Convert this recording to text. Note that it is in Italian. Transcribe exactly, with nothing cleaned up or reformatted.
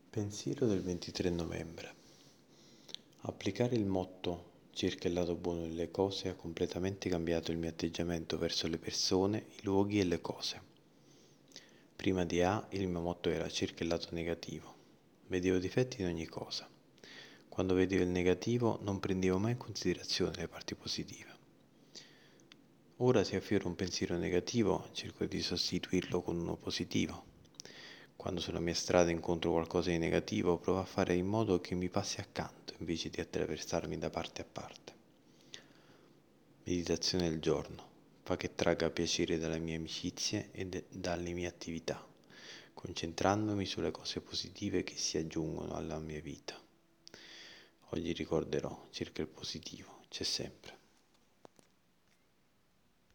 Pensiero del ventitré novembre. Applicare il motto cerca il lato buono delle cose ha completamente cambiato il mio atteggiamento verso le persone, i luoghi e le cose. Prima di A il mio motto era cerca il lato negativo. Vedevo difetti in ogni cosa. Quando vedevo il negativo non prendevo mai in considerazione le parti positive. Ora se affioro un pensiero negativo cerco di sostituirlo con uno positivo. Quando sulla mia strada incontro qualcosa di negativo, provo a fare in modo che mi passi accanto invece di attraversarmi da parte a parte. Meditazione del giorno. Fa che tragga piacere dalle mie amicizie e de- dalle mie attività, concentrandomi sulle cose positive che si aggiungono alla mia vita. Oggi ricorderò, cerca il positivo, c'è sempre.